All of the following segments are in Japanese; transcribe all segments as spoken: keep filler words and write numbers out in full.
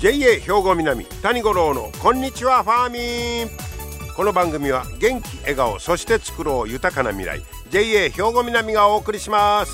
ジェイエー 兵庫南谷五郎のこんにちはファーミン。この番組は元気笑顔そして作ろう豊かな未来 ジェイエー 兵庫南がお送りします。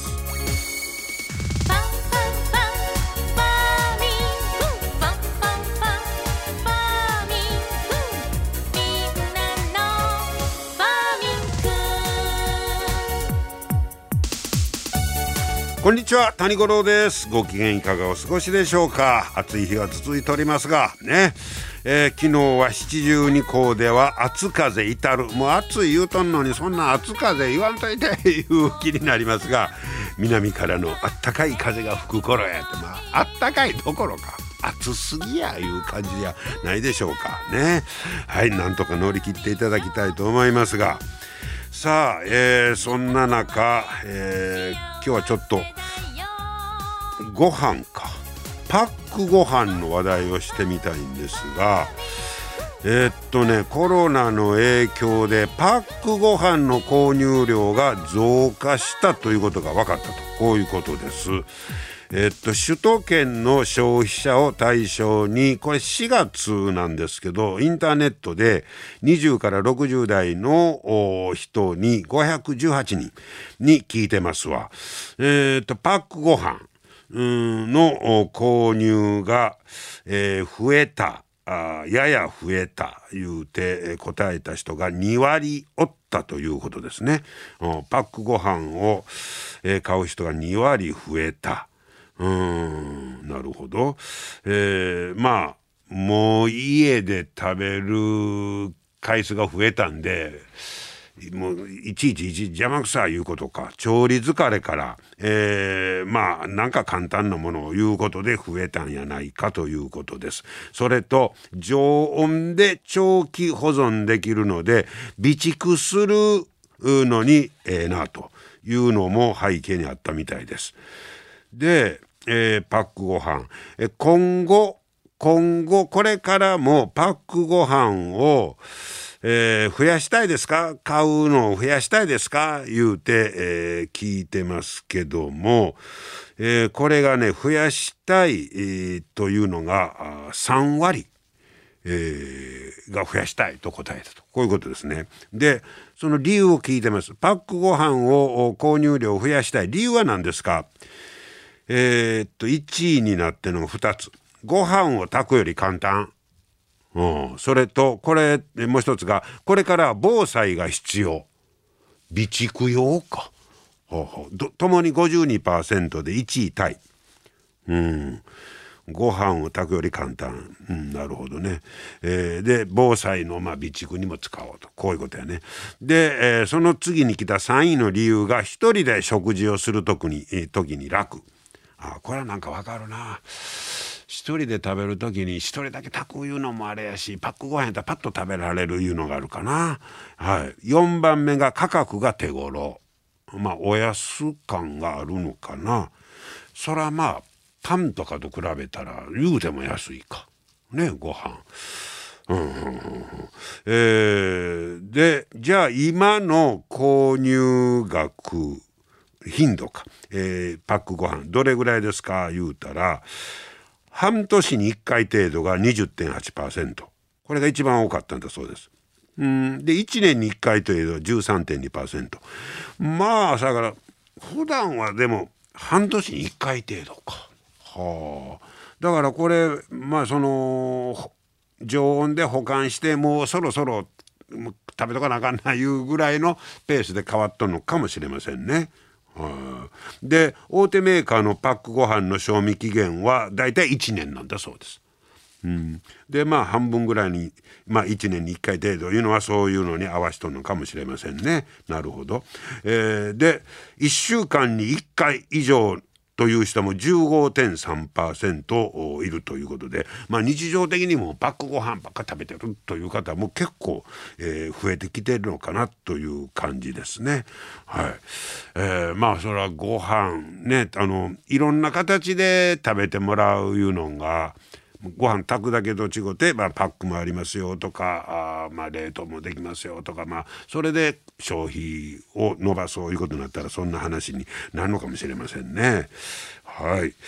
こんにちは谷五郎です。ご機嫌いかがお過ごしでしょうか。暑い日が続いておりますがね、えー、昨日は七十二校では暑風至る、もう暑い言うとんのにそんな暑風言わんといていう気になりますが、南からのあったかい風が吹く頃やって、まああったかいどころか暑すぎやいう感じじゃないでしょうかね。はい、なんとか乗り切っていただきたいと思いますが、さあ、えー、そんな中、えー、今日はちょっとご飯かパックご飯の話題をしてみたいんですが、えー、っとねコロナの影響でパックご飯の購入量が増加したということが分かったと、こういうことです。えっと首都圏の消費者を対象に、これしがつなんですけど、インターネットでにじゅうからろくじゅう代の人にごひゃくじゅうはちにんに聞いてますわ。えっとパックご飯の購入が、えー、増えた、あやや増えた言うて答えた人がにわりおったということですね。パックご飯を買う人がにわり増えた。うーん、なるほど。えー、まあもう家で食べる回数が増えたんで、もういちいちいち邪魔くさいいうことか、調理疲れから、えー、まあなんか簡単なものを言うことで増えたんやないかということです。それと常温で長期保存できるので備蓄するのにええなというのも背景にあったみたいです。で、えー、パックご飯、え今後今後これからもパックご飯をえー、増やしたいですか、買うのを増やしたいですか言うて、えー、聞いてますけども、えー、これがね増やしたい、えー、というのがさんわり、えー、が増やしたいと答えたと、こういうことですね。でその理由を聞いてます。パックご飯を購入量を増やしたい理由は何ですか。えー、っといちいになってのがふたつ、ご飯を炊くより簡単、うん、それとこれもう一つが、これから防災が必要、備蓄用か、ほうほう、ともに ごじゅうにパーセント でいちいタイ、うん、ご飯を炊くより簡単、うん、なるほどね、えー、で防災のまあ備蓄にも使おうと、こういうことやね。で、えー、その次に来たさんいの理由が、一人で食事をする時に、えー、時に楽。あ、これはなんかわかるな。一人で食べるときに一人だけ炊くいうのもあれやし、パックご飯やったらパッと食べられるいうのがあるかな。はい。よんばんめが価格が手頃。まあお安感があるのかな。そらまあパンとかと比べたら言うても安いかね、ご飯。うんうんうん、えー、でじゃあ今の購入額頻度か、えー、パックご飯どれぐらいですか言うたら、半年にいっかい程度が にじゅってんはちパーセント、 これが一番多かったんだそうです。うんでいちねんにいっかい程度 じゅうさんてんにパーセント、 まあだから普段はでも半年にいっかい程度か。はあ、だからこれまあその常温で保管してもうそろそろ食べとかなあかんないうぐらいのペースで変わっとるのかもしれませんね。で大手メーカーのパックご飯の賞味期限はだいたいいちねんなんだそうです。うん、でまあ半分ぐらいに、まあ、いちねんにいっかい程度いうのはそういうのに合わせとるのかもしれませんね。なるほど、えー、でいっしゅうかんにいっかい以上という人も じゅうごてんさんパーセント いるということで、まあ、日常的にもパックご飯ばっか食べてるという方も結構、えー、増えてきてるのかなという感じですね。はい、えー、まあそれはご飯ね、あのいろんな形で食べてもらういうのが、ご飯炊くだけと違って、まあ、パックもありますよとか、あ、まあ、冷凍もできますよとか、まあ、それで消費を伸ばそういうことになったらそんな話になるのかもしれませんね。はい。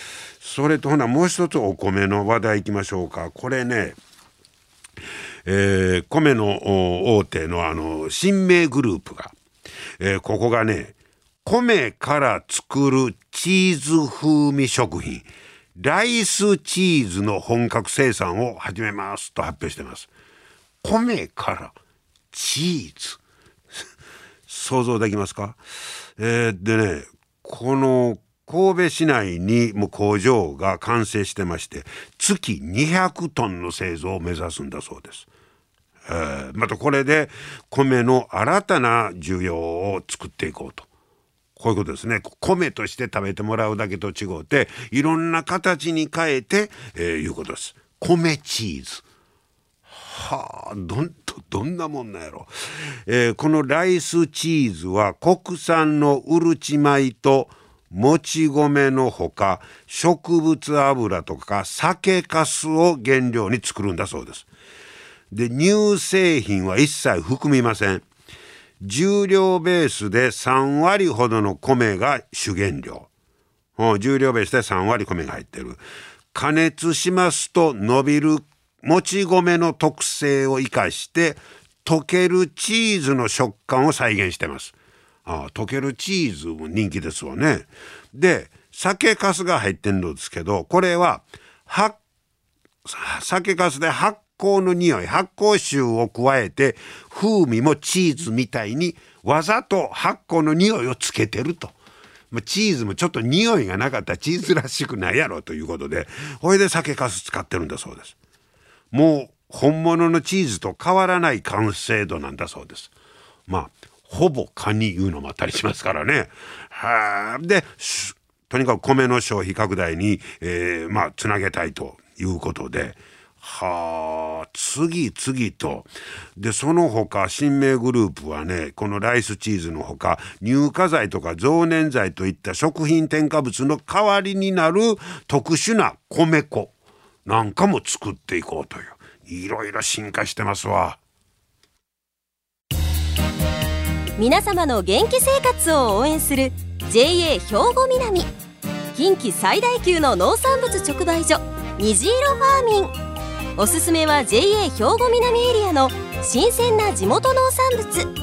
それとほなもう一つお米の話題いきましょうか。これね、えー、米の大手のあの新明グループが、えー、ここがね米から作るチーズ風味食品ライスチーズの本格生産を始めますと発表してます。米からチーズ想像できますか？えー、でねこの神戸市内にも工場が完成してまして月にひゃくトンの製造を目指すんだそうです。えー、またこれで米の新たな需要を作っていこうと、こういうことですね。米として食べてもらうだけと違っていろんな形に変えて、えー、いうことです。米チーズはあ、どんどんなもんなんやろ、えー、このライスチーズは国産のうるち米ともち米のほか植物油とか酒粕を原料に作るんだそうです。で乳製品は一切含みません。重量ベースでさんわりほどの米が主原料、うん、重量ベースでさんわり米が入ってる。加熱しますと伸びるもち米の特性を生かして溶けるチーズの食感を再現してます。ああ、溶けるチーズも人気ですわね。で酒粕が入ってるんですけど、これはは酒粕で発酵の匂い発酵臭を加えて風味もチーズみたいにわざと発酵の匂いをつけてると。チーズもちょっと匂いがなかったらチーズらしくないやろということで、これで酒粕使ってるんだそうです。もう本物のチーズと変わらない完成度なんだそうです。まあほぼカニいうのもあったりしますからね。はでとにかく米の消費拡大に、えー、まあつなげたいということで、はあ次々とでその他新明グループはねこのライスチーズのほか乳化剤とか増粘剤といった食品添加物の代わりになる特殊な米粉なんかも作っていこうといういろいろ進化してますわ。 皆様の元気生活を応援する ジェーエー 兵庫南近畿最大級の農産物直売所虹色ファーミン。おすすめは ジェーエー 兵庫南エリアの新鮮な地元農産物。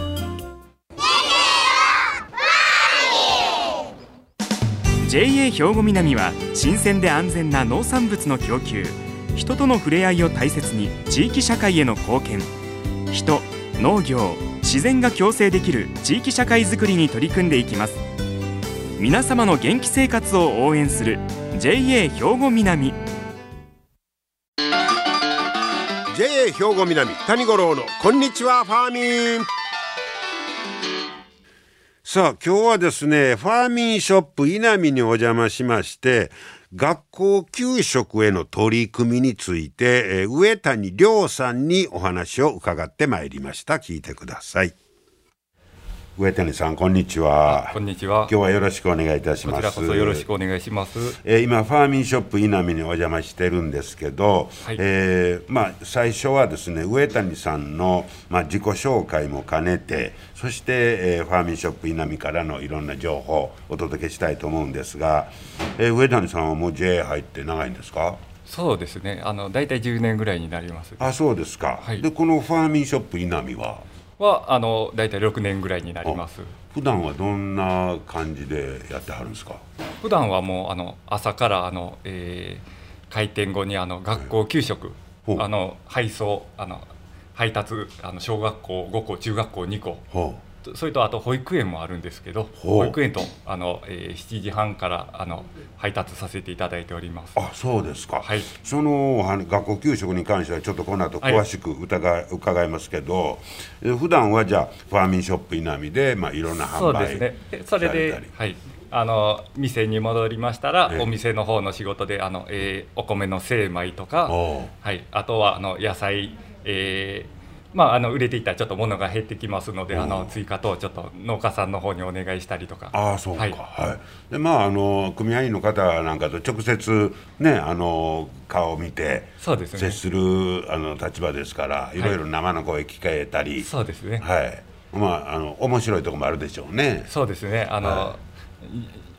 ジェーエー 兵庫南は新鮮で安全な農産物の供給、人との触れ合いを大切に地域社会への貢献、人、農業、自然が共生できる地域社会づくりに取り組んでいきます。皆様の元気生活を応援する ジェーエー 兵庫南。 ジェーエー 兵庫南谷五郎のこんにちはファーミン。さあ今日はですねファーミンショップ稲見にお邪魔しまして学校給食への取り組みについて、えー、上谷亮さんにお話を伺ってまいりました。聞いてください。上谷さんこんにちは。 こんにちは。 今日はよろしくお願いいたします。 こちらこそよろしくお願いします。 えー、今ファーミンショップ稲見にお邪魔してるんですけど、はいえーまあ、最初はですね上谷さんの、まあ、自己紹介も兼ねてそして、えー、ファーミンショップ稲見からのいろんな情報をお届けしたいと思うんですが、えー、上谷さんはもう ジェーエー 入って長いんですか？ そうですね、あのだいたいじゅうねんぐらいになります。 あ、そうですか、はい、でこのファーミンショップ稲見ははあのだいたいろくねんぐらいになります。 普段はどんな感じでやってはるんですか？ 普段はもうあの朝からあの、えー、開店後にあの学校給食、はい、あの配送あの配達あの小学校ごこ中学校にこ、はあ、それとあと保育園もあるんですけど、はあ、保育園とあの、えー、しちじはんからあの配達させていただいております。 あ、そうですか、 はい、 その学校給食に関してはちょっとこの後詳しく伺い、はい、伺いますけど、普段はじゃあファーミンショップ稲見で、まあ、いろんな販売そうですね。それで、はい、あの店に戻りましたらお店の方の仕事であの、えー、お米の精米とか、はい、あとはあの野菜、えーまあ、あの売れていったらちょっと物が減ってきますので、あの追加とちょっと農家さんの方にお願いしたりとか。 ああ、そうか、はいはい、でまああの組合員の方なんかと直接ねあの顔を見て接する、ね、あの立場ですからいろいろ生の声聞かれたり、はい、 そうですね、 はい、まああの面白いところもあるでしょうね。 そうですね、あの、は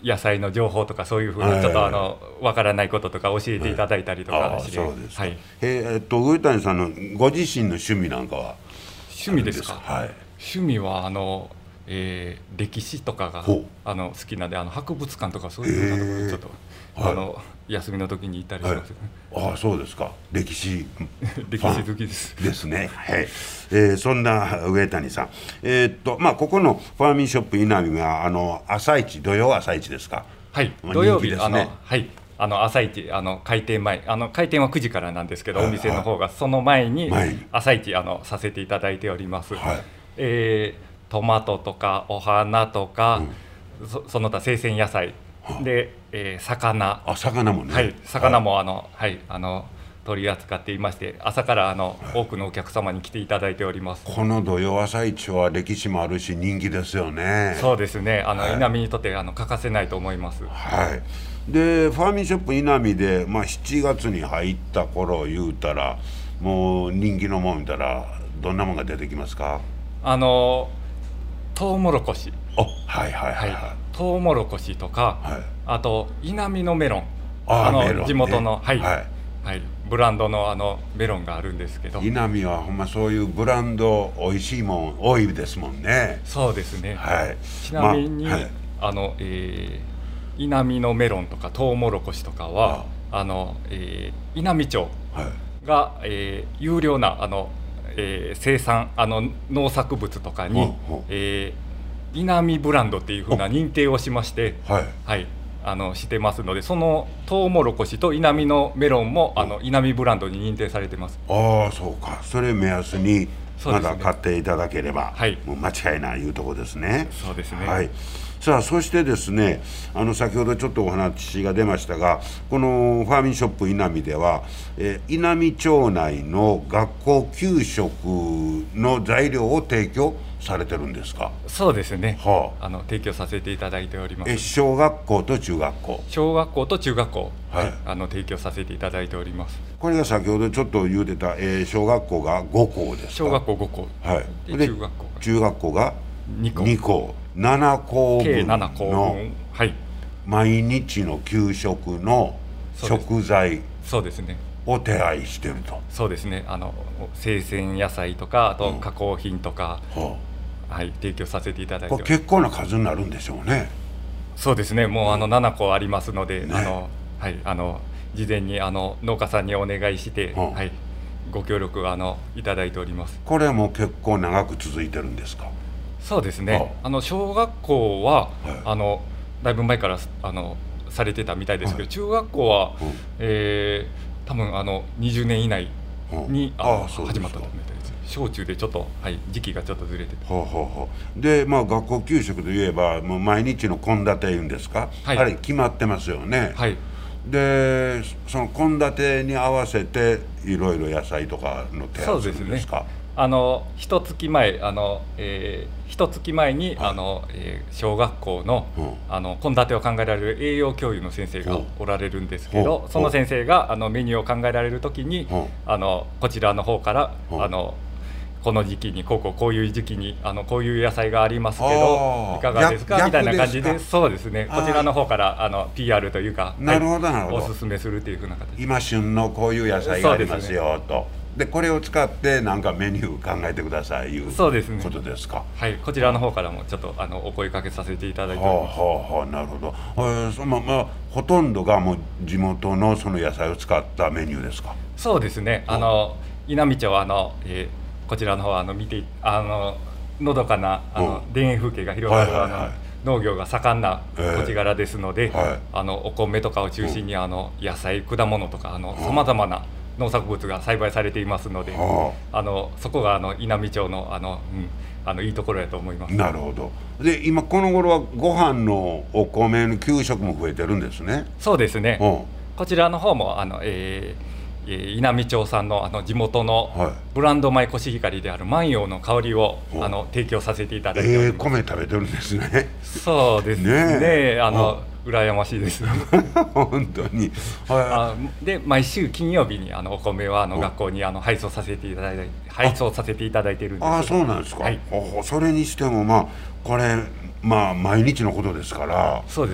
野菜の情報とかそういうふうにちょっとあのわからないこととか教えていただいたりとかして、 はい、あそうですか、 はい、 えー、っと上谷さんのご自身の趣味なんかは趣味ですか。 はい、 趣味はあの、えー、歴史とかがあの好きなんで、あの博物館とかそういうようなところにちょっと、はい、あの休みの時に行ったりします、 はい、ああそうですか。歴史歴史好きですですね、はい。えー、そんな上谷さん、えー、っとまあここのファーミンショップ稲見があの朝市土曜朝市ですか。 はい、土曜日、ね、あのはいあの朝市あの開店前あの開店はくじからなんですけど、はい、お店の方がその前に朝市あのさせていただいております、はい、えー、トマトとかお花とか、うん、そ, その他生鮮野菜で、えー、魚あ魚もね、 はい、魚もあの、はい、あの取り扱っていまして、朝からあの、はい、多くのお客様に来ていただいております。 この土曜朝市は歴史もあるし人気ですよね。 そうですね、あの、はい、稲見にとってあの欠かせないと思います。 はい。でファーミンショップ稲見で、まあ、しちがつに入った頃言うたらもう人気のもん見たらどんなものが出てきますか。 あのトウモロコシ、 あはいはいはい、はい、 トウモロコシとか、はい、あと稲見のメロン、 ああのメロン、ね、 地元の、はいはいはい、ブランドのあのメロンがあるんですけど、 稲見はほんまそういうブランドおいしいもん多いですもんね。 そうですね、 はい、 ちなみに、まあはい、あのえー、稲見のメロンとかトウモロコシとかはああの、えー、稲見町が、はい、えー、有料なあの、えー、生産あの農作物とかに、えー、稲見ブランドっていう風な認定をしまして、はいはい、あのしてますので、そのトウモロコシと稲見のメロンもあの稲見ブランドに認定されてます。 ああそうか、それ目安にまだ買っていただければ、はい、もう間違いないいうところですね。 そうですね、 はい。さあそしてですね、あの先ほどちょっとお話が出ましたが、このファーミンショップ稲見では、えー、稲見町内の学校給食の材料を提供されてるんですか。 そうですね、はあ、あの提供させていただいております。 え小学校と中学校小学校と中学校、はい、あの提供させていただいております。 これが先ほどちょっと言うてた、えー、小学校がご校ですか。 小学校ご校、 はい、 で中学校が中学校がに校、 に校なな校分なな校分、はい、 毎日の給食の食材そうですねを手配してると。 そうですね、あの生鮮野菜とかあと加工品とか、うんはあはい、提供させていただいて、 これ結構な数になるんでしょうね。 そうですね、もうあのなな校ありますので、ね、あのはい、あの事前にあの農家さんにお願いして、うんはい、ご協力あのいただいております。 これはもう結構長く続いてるんですか。 そうですね、あの小学校は、はい、あのだいぶ前からあのされてたみたいですけど、はい、中学校は、うんえー、多分あのにじゅうねん以内に、うん、ああ始まったみたいです。小中でちょっと、はい、時期がちょっとずれてて、 はあはあ、で、まあ、学校給食といえばもう毎日の献立いうんですか、はい、あれ決まってますよね。はい、でその献立に合わせていろいろ野菜とかの手配するんですか。 あの一月前あの、えー、一月前に、はいあのえー、小学校の献立を考えられる栄養教諭の先生がおられるんですけど、その先生があのメニューを考えられるときにあのこちらの方からあのこの時期にこうこうこういう時期にあのこういう野菜がありますけどいかがですかみたいな感じで、そうですね、こちらの方からあの ピーアール というか、 なるほどなるほど、 おすすめするというふうな形で、 今旬のこういう野菜がありますよと。でこれを使って何かメニュー考えてくださいいうことですか。 はい、こちらの方からもちょっとあのお声かけさせていただいております。 はあはあ、なるほど、えーそままあ、ほとんどがもう地元のその野菜を使ったメニューですか。 そうですね、あの稲見町はあの、えー、こちらの方あの見てあののどかなあの田園風景が広がる、はいはいはい、あの農業が盛んな土地柄ですので、えーはい、あのお米とかを中心にあの野菜果物とかさまざまな農作物が栽培されていますので、はあ、あのそこがあの稲見町のあの、うん、あのいいところやと思います。 なるほど。で今この頃はご飯のお米の給食も増えてるんですね。 そうですね、はあ、こちらの方もあの、えー、稲見町産のあの地元のブランド米コシヒカリである万葉の香りを、はい、あの提供させていただいております。 えー、米食べてるんですね。 そうですね、ねあの、はあ羨ましいです本当に、 はい、で毎週金曜日にあのお米はあの学校にあの配送させていただいて配送させていただいているんです。 ああそうなんですか、はい、それにしてもまあこれまあ毎日のことですから、 そうです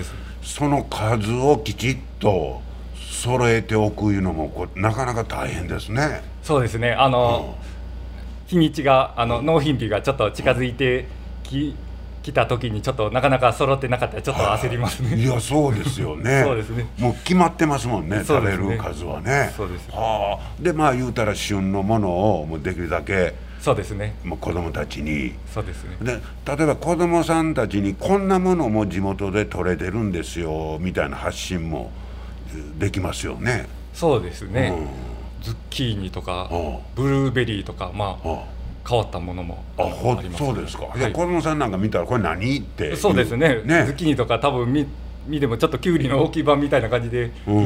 その数をきちっと揃えておくいうのもこうなかなか大変ですね。 そうですね、あの、うん、日にちがあの、うん、納品日がちょっと近づいてき、来た時にちょっとなかなか揃ってなかったらちょっと焦りますね。 いやそうですよね。 そうですね。 もう決まってますもんね、食べる数はね。 そうです。 はあ、でまあ言うたら旬のものをもうできるだけそうですね。 もう子供たちに。 そうですね。 で例えば子供さんたちにこんなものも地元で取れてるんですよみたいな発信もできますよね。 そうですね。うん、ズッキーニとかブルーベリーとかまあ。ああ変わったものもあります、ね、 そうですか、はい、いや子供さんなんか見たらこれ何ってそうです ね, ねズッキーニとか多分 見, 見てもちょっとキュウリの大きい版みたいな感じで、うん、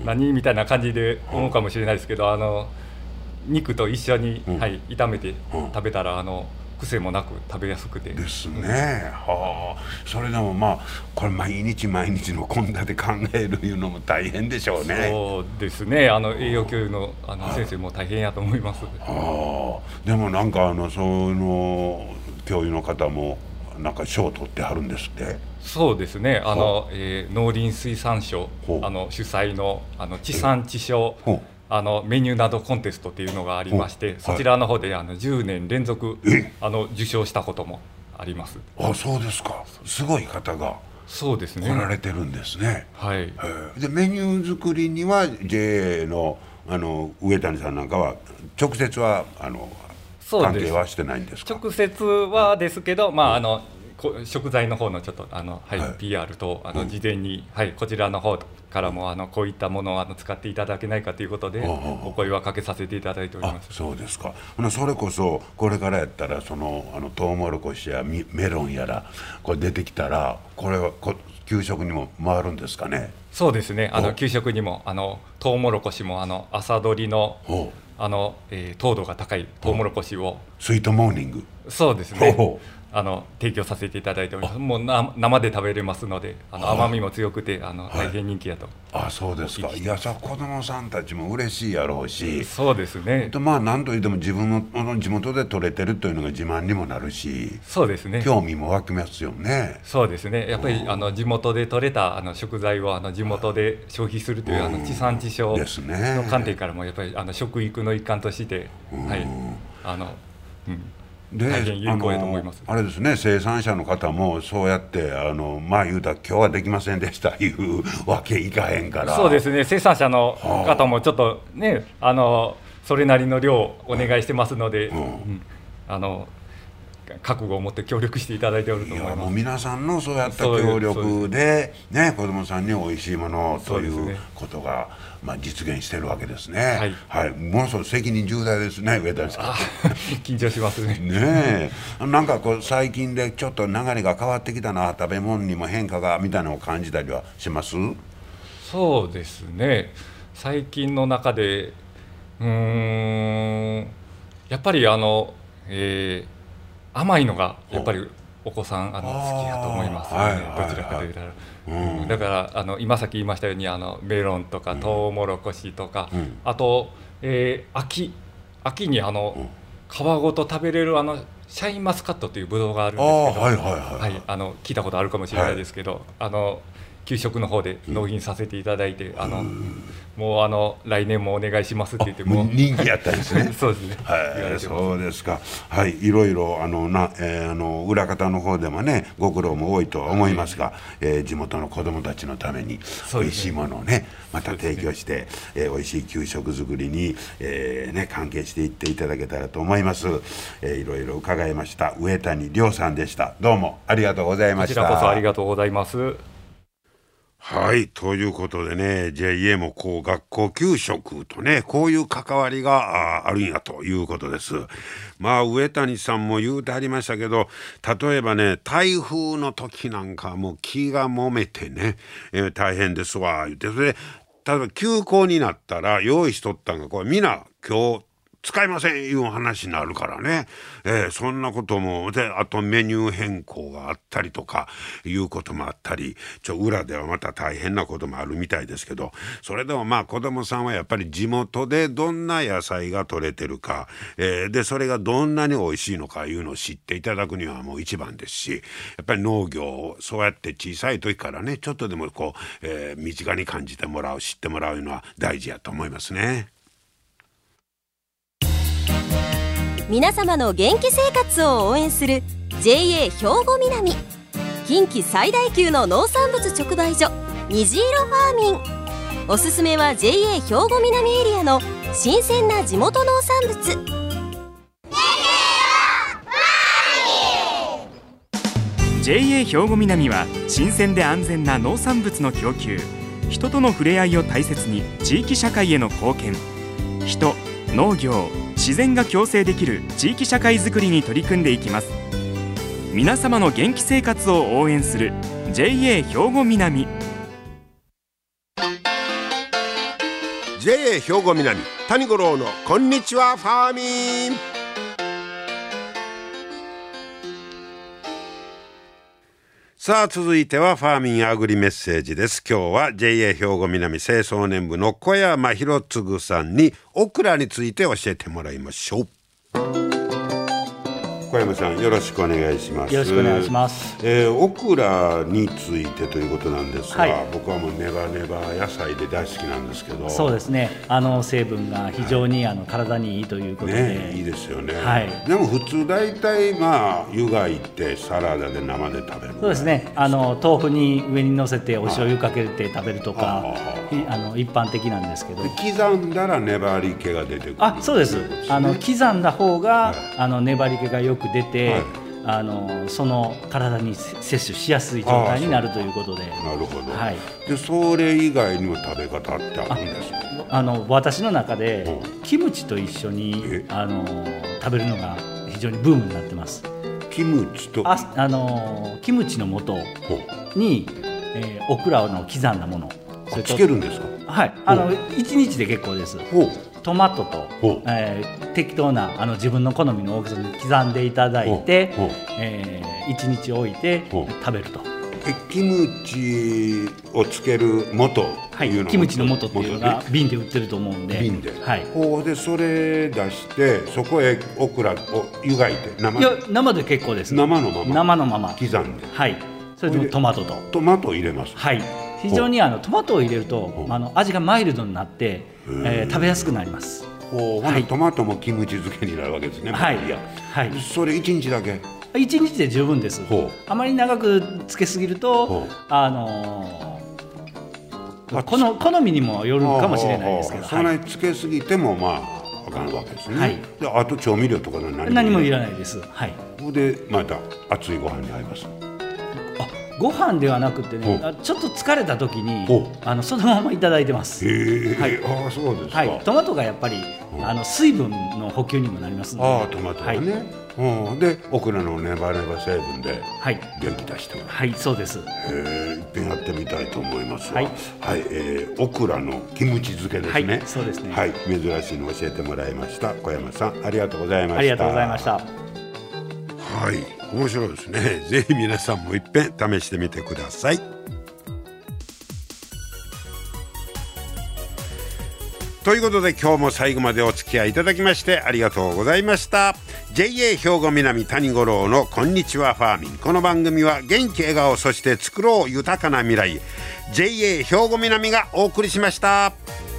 何みたいな感じで思うかもしれないですけど、あの肉と一緒に、うんはい、炒めて食べたらあの癖もなく食べやすくてですね、はあ、それでもまあこれ毎日毎日の献立考えるいうのも大変でしょうね。 そうですね、あの栄養教諭 の, あの先生も大変やと思います。 はあ、でもなんかあのその教諭の方もなんか賞を取ってはるんですって。 そうですね、あの、はあえー、農林水産省あの主催 の, あの地産地消あのメニューなどコンテストっていうのがありまして、そちらの方であのじゅうねん連続あの受賞したこともあります。 あ、そうですか。すごい方がそうですね来られてるんですね。 はい。 でメニュー作りには ジェイエー の, あの上谷さんなんかは直接はあの関係はしてないんですか。 直接はですけど、まああの食材の方のちょっとあの、はいはい、ピーアール とあの事前に、うんはい、こちらの方からもあのこういったものをあの使っていただけないかということでお声はかけさせていただいております。 あ、そうですか。それこそこれからやったらそのあのトウモロコシやメロンやらこれ出てきたらこれはこ給食にも回るんですかね。 そうですね、あの給食にもあのトウモロコシもあの朝どりのあの、えー、糖度が高いトウモロコシをスイートモーニングそうですねあの提供させていただいております。もうな生で食べれますのであの甘みも強くてあの大変人気やと。 ああ、そうですか。いやさ子供さんたちも嬉しいやろうし、 そうですね。 まあ何と言っても自分 の, の地元で採れてるというのが自慢にもなるし、 そうですね、 興味も湧きますよね。 そうですね、やっぱりあの地元で採れたあの食材をあの地元で消費するというあの地産地消の観点からもやっぱりあの食育の一環として、はい、あの、うんで大変有効やと思います。 あのあれですね、生産者の方もそうやってあのまあ言うたら今日はできませんでしたいうわけいかへんから。 そうですね、生産者の方もちょっとねあのそれなりの量をお願いしてますので、うんうん、あの覚悟を持って協力していただいておると思います。いやもう皆さんのそうやった協力でね子どもさんにおいしいものということが、ねまあ、実現してるわけですね。はい、はい、ものすごく責任重大ですね上谷さん。 緊張しますね。 ねえなんかこう最近でちょっと流れが変わってきたな、食べ物にも変化がみたいなのを感じたりはします？ そうですね、最近の中でうーんやっぱりあの、えー甘いのがやっぱりお子さんあの好きだと思いますね、はいはいはい、どちらかというと、うん、だからあの今さっき言いましたようにあのメロンとかトウモロコシとか、うん、あと、えー、秋秋にあの、うん、皮ごと食べれるあのシャインマスカットというブドウがあるんですけど、はいはいはいはい、あの聞いたことあるかもしれないですけど、はい、あの給食の方で納品させていただいて、うん、あのもうあの来年もお願いしますって言っても人気やったんですね。 そうですね。 はい、そうですか。はい、いろいろあのな、えー、あの裏方の方でもねご苦労も多いとは思いますが、はいえー、地元の子どもたちのためにおいしいものをねまた提供して、ねえー、おいしい給食作りに、えーね、関係していっていただけたらと思います。えー、いろいろ伺いました上谷亮さんでした。どうもありがとうございました。 こちらこそありがとうございます。 はい。ということでね、ジェイエー もこう学校給食とね、こういう関わりが あ, あるんやということです。まあ、上谷さんも言うてはりましたけど、例えばね、台風の時なんかもう気が揉めてね、えー、大変ですわ、言って、それで、例えば休校になったら用意しとったんが、これみんな今日使いませんいう話になるからね、えー、そんなこともで、あとメニュー変更があったりとかいうこともあったり、ちょ裏ではまた大変なこともあるみたいですけど、それでもまあ子どもさんはやっぱり地元でどんな野菜が取れてるか、えー、でそれがどんなに美味しいのかいうのを知っていただくにはもう一番ですし、やっぱり農業をそうやって小さい時からねちょっとでもこう、えー、身近に感じてもらう、知ってもらうのは大事やと思いますね。 皆様の元気生活を応援する ジェイエー 兵庫南、近畿最大級の農産物直売所虹色ファーミン。おすすめは ジェイエー 兵庫南エリアの新鮮な地元農産物。 ジェイエー 兵庫南は新鮮で安全な農産物の供給、人との触れ合いを大切に地域社会への貢献、人、農業、自然が共生できる地域社会づくりに取り組んでいきます。皆様の元気生活を応援する ジェイエー 兵庫南。 ジェイエー 兵庫南谷五郎のこんにちはファーミン。 さあ続いてはファーミンアグリメッセージです。今日は ジェイエー 兵庫南清掃年部の小山博次さんにオクラについて教えてもらいましょう。小山さんよろしくお願いします。 よろしくお願いします。 えー、オクラについてということなんですが、 はい、 僕はもうネバネバ野菜で大好きなんですけど。 そうですね、あの成分が非常に、はい、あの体にいいということで、 ね、いいですよね、 はい、 でも普通大体まあ湯がいてサラダで生で食べる。 そうですね、あの豆腐に上に乗せてお醤油かけて食べるとか、あの一般的なんですけど、 刻んだら粘り気が出てくる。 あ、そうです。あの刻んだ方が、はい、あの粘り気がよく出て、はい、あのその体に摂取しやすい状態になるということで。 なるほど、 はい、 でそれ以外にも食べ方ってあるんですか？ ああの私の中でキムチと一緒にあの食べるのが非常にブームになってます。 キムチとああのキムチの素に、えー、オクラの刻んだもの、 それつけるんですか？ はい、あのいちにちで結構です。トマトと、えー、適当なあの自分の好みの大きさに刻んでいただいて、えー、いちにち置いて食べると。 えキムチをつける素っていうの、はい、 キムチの素っていうのが瓶で売ってると思うんで、 瓶で、 はい、 ほうでそれ出してそこへオクラを湯がいて生いや生で結構です。 生のまま生のまま刻んで、 はい、それでトマトとトマトを入れます。 はい、非常にあのトマトを入れるとあの味がマイルドになって、えー、食べやすくなります。 ほう、はい、トマトもキムチ漬けになるわけですね。 はい、はい、 それいちにちだけ。 いちにちで十分です。あまり長くつけすぎるとあのー、この好みにもよるかもしれないですけど、 そんなにつけすぎてもまああかんわけですね。はい、であと調味料とか何も何もいらないです。はい、 でまた熱いご飯に合います。 ご飯ではなくてね、ちょっと疲れた時にあのそのままいただいてます。 へえ、はい、ああそうですか。 はい、トマトがやっぱりあの水分の補給にもなりますので。 ああトマトがね、はい、でオクラのネバネバ成分で元気出してる。 はい、はい、そうです。へえ、いっぺんやってみたいと思いますわ。 はい、はい、えー、オクラのキムチ漬けですね。 はい、そうですね。 はい、珍しいのを教えてもらいました。小山さんありがとうございました。 ありがとうございました。 はい、面白いですね。ぜひ皆さんもいっぺん試してみてください。ということで今日も最後までお付き合いいただきましてありがとうございました。 ジェイエー 兵庫南谷五郎のこんにちはファーミン。この番組は元気笑顔そして作ろう豊かな未来 ジェイエー 兵庫南がお送りしました。